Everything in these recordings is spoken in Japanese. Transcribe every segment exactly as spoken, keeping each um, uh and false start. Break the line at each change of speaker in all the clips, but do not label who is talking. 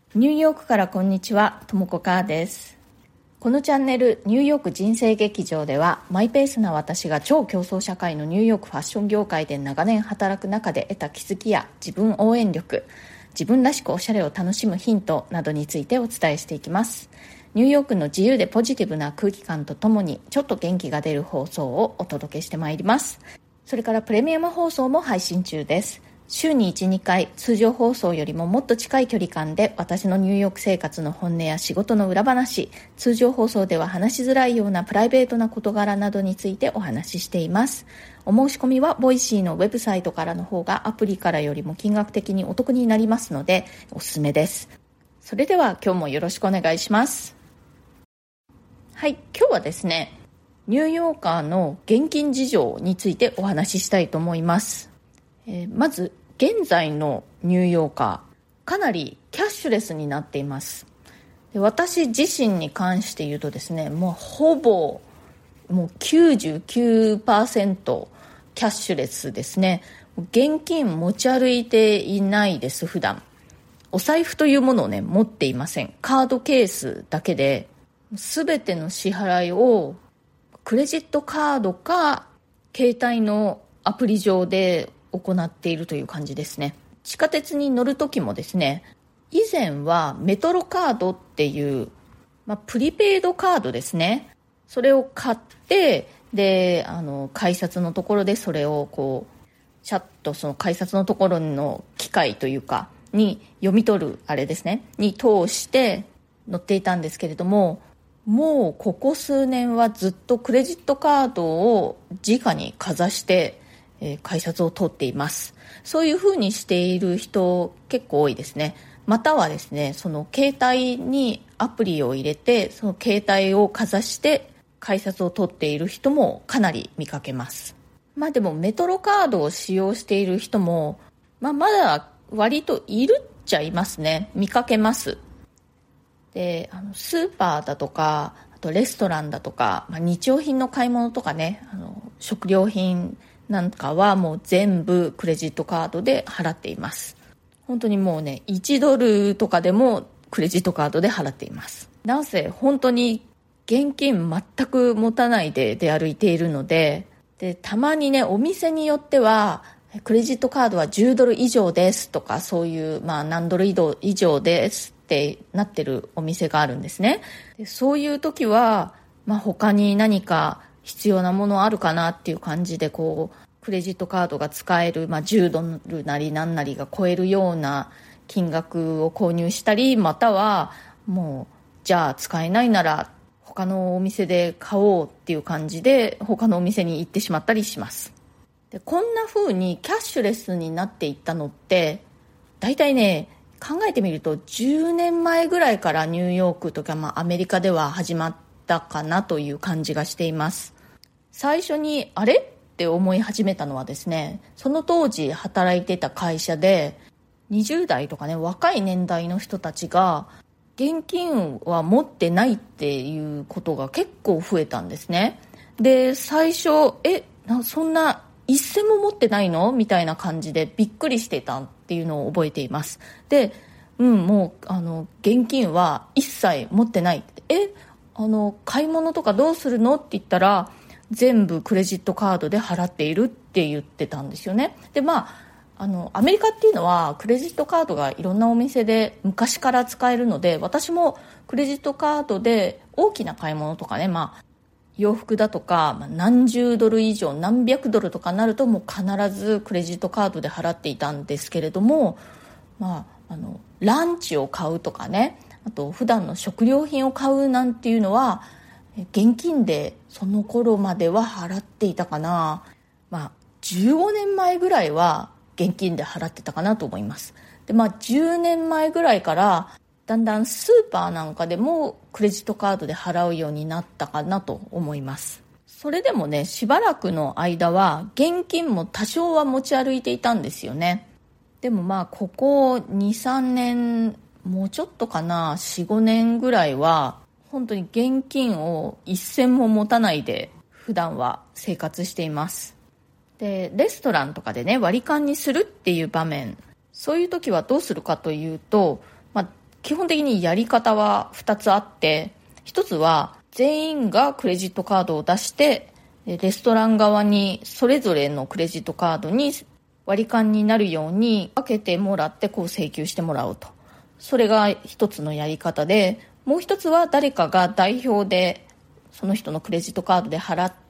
ニューヨークからこんにちは、ともこかーです。このチャンネルニューヨーク人生劇場では、マイペースな私が超競争社会のニューヨークファッション業界で長年働く中で得た気づきや自分応援力、自分らしくおしゃれを楽しむヒントなどについてお伝えしていきます。ニューヨークの自由でポジティブな空気感とともに、ちょっと元気が出る放送をお届けしてまいります。それからプレミアム放送も配信中です。週にいち、にかい、通常放送よりももっと近い距離感で私のニューヨーク生活の本音や仕事の裏話、通常放送では話しづらいようなプライベートな事柄などについてお話ししています。お申し込みはボイシーのウェブサイトからの方がアプリからよりも金額的にお得になりますのでおすすめです。それでは今日もよろしくお願いします。はい、今日はですね、ニューヨーカーの現金事情についてお話ししたいと思います。えー、まず現在のニューヨーカー、かなりキャッシュレスになっています。で、私自身に関して言うとですね、もうほぼもう きゅうじゅうきゅうパーセント キャッシュレスですね。現金持ち歩いていないです。普段お財布というものをね持っていません。カードケースだけで全ての支払いをクレジットカードか携帯のアプリ上で行っているという感じですね。地下鉄に乗るときもですね、以前はメトロカードっていう、まあ、プリペイドカードですね。それを買って、で、あの改札のところでそれをこうシャッとその改札のところの機械というかに読み取るあれですねに通して乗っていたんですけれども、もうここ数年はずっとクレジットカードを直にかざしてえー、改札を通っています。そういう風にしている人結構多いですね。またはですね、その携帯にアプリを入れてその携帯をかざして改札を通っている人もかなり見かけます。まあでもメトロカードを使用している人も、まあ、まだ割といるっちゃいますね。見かけます。で、あのスーパーだとか、あとレストランだとか、まあ、日用品の買い物とかね、あの食料品なんかはもう全部クレジットカードで払っています。本当にもうね、いちドルとかでもクレジットカードで払っています。なんせ本当に現金全く持たないで出歩いているので、で、たまにね、お店によってはクレジットカードはじゅうドル以上ですとか、そういうまあ何ドル以上ですってなってるお店があるんですね。で、そういう時は、まあ、他に何か必要なものあるかなっていう感じで、こうクレジットカードが使える、まあ、じゅうドルなり何なりが超えるような金額を購入したり、またはもうじゃあ使えないなら他のお店で買おうっていう感じで他のお店に行ってしまったりします。で、こんな風にキャッシュレスになっていったのってだいたいね、考えてみるとじゅうねんまえぐらいからニューヨークとか、まあ、アメリカでは始まったかなという感じがしています。最初にあれって思い始めたのはですね、その当時働いてた会社でにじゅう代とかね、若い年代の人たちが現金は持ってないっていうことが結構増えたんですね。で、最初えなそんな一銭も持ってないのみたいな感じでびっくりしてたっていうのを覚えています。で、うんもうあの現金は一切持ってない。えあの買い物とかどうするのって言ったら、全部クレジットカードで払っているって言ってたんですよね。で、まあ、あのアメリカっていうのはクレジットカードがいろんなお店で昔から使えるので、私もクレジットカードで大きな買い物とかね、まあ、洋服だとか、まあ、何十ドル以上何百ドルとかなるともう必ずクレジットカードで払っていたんですけれども、まあ、あのランチを買うとかね、あと普段の食料品を買うなんていうのは現金でその頃までは払っていたかな。まあじゅうごねんまえぐらいは現金で払ってたかなと思います。で、まあじゅうねんまえぐらいからだんだんスーパーなんかでもクレジットカードで払うようになったかなと思います。それでもね、しばらくの間は現金も多少は持ち歩いていたんですよね。でもまあここに、さんねん、もうちょっとかな、よん、ごねんぐらいは本当に現金を一銭も持たないで普段は生活しています。で、レストランとかでね、割り勘にするっていう場面、そういう時はどうするかというと、まあ、 基本的にやり方はふたつあって、ひとつは全員がクレジットカードを出して、レストラン側にそれぞれのクレジットカードに割り勘になるように分けてもらって、こう請求してもらうと。それが一つのやり方で、もう一つは誰かが代表でその人のクレジットカードで払って、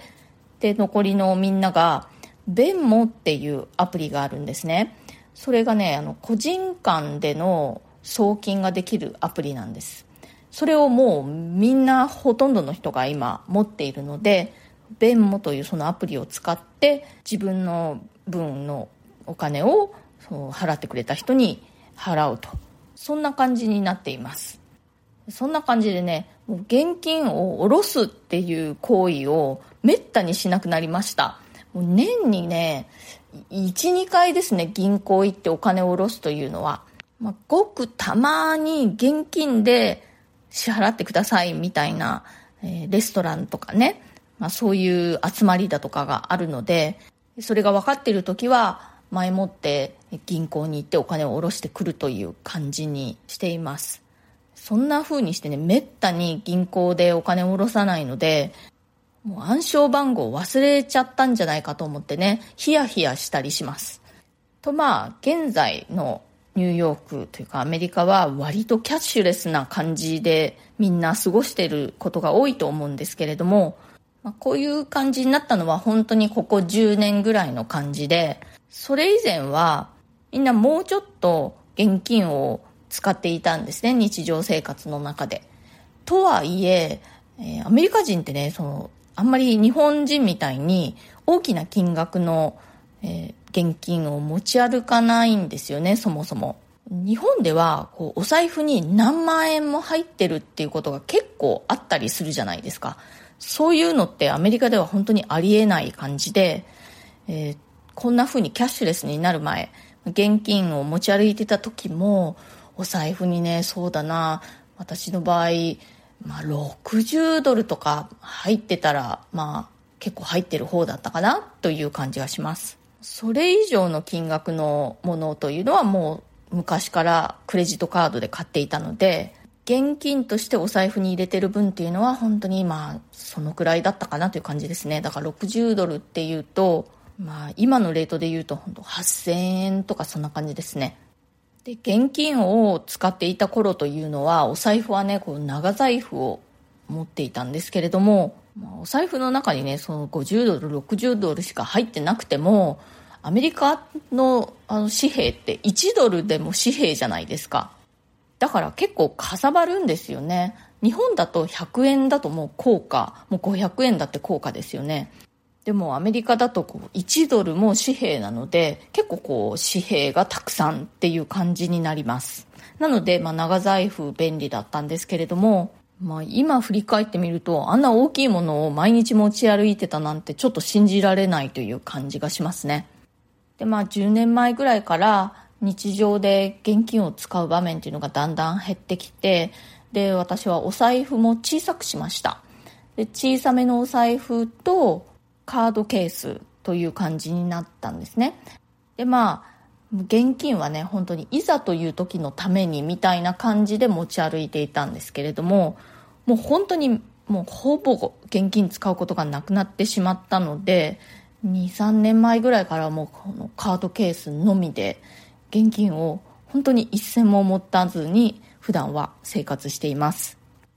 で残りのみんながベンモっていうアプリがあるんですね。それがね、あの個人間での送金ができるアプリなんです。それをもうみんな、ほとんどの人が今持っているので、ベンモというそのアプリを使って自分の分のお金をそう払ってくれた人に払うと、そんな感じになっています。そんな感じでね、もう現金を下ろすっていう行為をめったにしなくなりました。もう年にね いち,に 回ですね、銀行行ってお金を下ろすというのは。まあ、ごくたまに現金で支払ってくださいみたいな、えー、レストランとかね、まあ、そういう集まりだとかがあるので、それが分かっているときは前もって銀行に行ってお金を下ろしてくるという感じにしています。そんな風にしてね、めったに銀行でお金を下ろさないので、もう暗証番号忘れちゃったんじゃないかと思ってね、ヒヤヒヤしたりします。とまあ現在のニューヨークというかアメリカは割とキャッシュレスな感じでみんな過ごしていることが多いと思うんですけれども、まあ、こういう感じになったのは本当にここじゅうねんぐらいの感じで、それ以前はみんなもうちょっと現金を使っていたんですね、日常生活の中で。とはいええー、アメリカ人ってね、そのあんまり日本人みたいに大きな金額の、えー、現金を持ち歩かないんですよね、そもそも。日本ではこうお財布に何万円も入ってるっていうことが結構あったりするじゃないですか。そういうのってアメリカでは本当にありえない感じで、えー、こんな風にキャッシュレスになる前、現金を持ち歩いてた時もお財布にね、そうだな、私の場合、まあ、ろくじゅうドルとか入ってたら、まあ結構入ってる方だったかなという感じがします。それ以上の金額のものというのはもう昔からクレジットカードで買っていたので、現金としてお財布に入れてる分っていうのは本当にまあそのくらいだったかなという感じですね。だからろくじゅうドルっていうと、まあ今のレートで言うと本当はっせんえんとかそんな感じですね。で、現金を使っていた頃というのはお財布はね、こう長財布を持っていたんですけれども、まあ、お財布の中にね、そのごじゅうドルろくじゅうドルしか入ってなくても、アメリカのあの紙幣っていちドルでも紙幣じゃないですか。だから結構かさばるんですよね。日本だとひゃくえんだともう硬貨、もうごひゃくえんだって硬貨ですよね。でもアメリカだとこういちドルも紙幣なので、結構こう紙幣がたくさんっていう感じになります。なので、まあ、長財布便利だったんですけれども、まあ、今振り返ってみると、あんな大きいものを毎日持ち歩いてたなんてちょっと信じられないという感じがしますね。で、まあじゅうねんまえぐらいから日常で現金を使う場面っていうのがだんだん減ってきて、で、私はお財布も小さくしました。で、小さめのお財布とカードケースという感じになったんですね。で、まあ現金はね、本当にいざという時のためにみたいな感じで持ち歩いていたんですけれども、もう本当にもうほぼ現金使うことがなくなってしまったので、にさんねんまえぐらいからもうこのカードケースのみで現金を本当に一銭も持たずに普段は生活しています。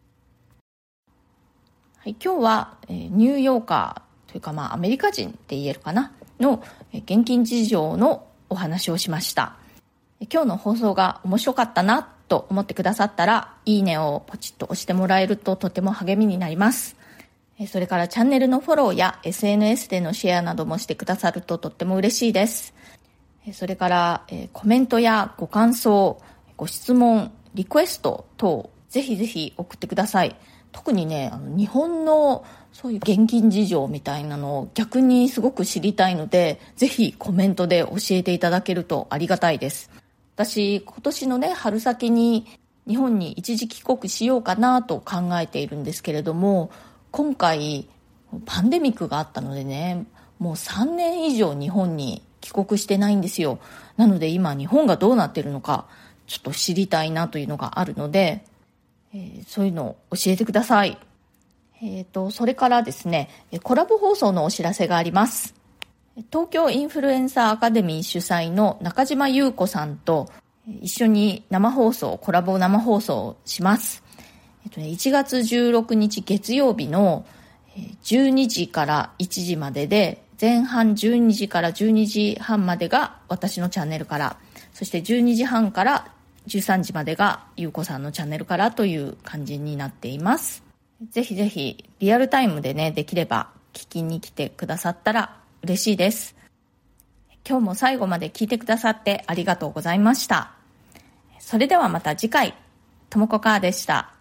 はい、今日は、えー、ニューヨーカーというか、まあアメリカ人って言えるかなの、えー、現金事情のお話をしました。今日の放送が面白かったなと思ってくださったら、いいねをポチッと押してもらえるととても励みになります。それからチャンネルのフォローや エスエヌエス でのシェアなどもしてくださるととっても嬉しいです。それからコメントやご感想、ご質問、リクエスト等ぜひぜひ送ってください。特にね、あの日本のそういう現金事情みたいなのを逆にすごく知りたいので、ぜひコメントで教えていただけるとありがたいです。私、今年のね、春先に日本に一時帰国しようかなと考えているんですけれども、今回パンデミックがあったのでね、もうさんねん以上日本に帰国してないんですよ。なので今日本がどうなっているのかちょっと知りたいなというのがあるので、えー、そういうのを教えてください。えーと、それからですね、コラボ放送のお知らせがあります。東京インフルエンサーアカデミー主催の中島優子さんと一緒に生放送、コラボ生放送をします。えっとね、いちがつじゅうろくにち月曜日のじゅうにじからいちじまでで、前半じゅうにじからじゅうにじはんまでが私のチャンネルから、そしてじゅうにじはんからじゅうさんじまでが優子さんのチャンネルからという感じになっています。ぜひぜひリアルタイムでね、できれば聞きに来てくださったら嬉しいです。今日も最後まで聞いてくださってありがとうございました。それではまた次回、ともこかーでした。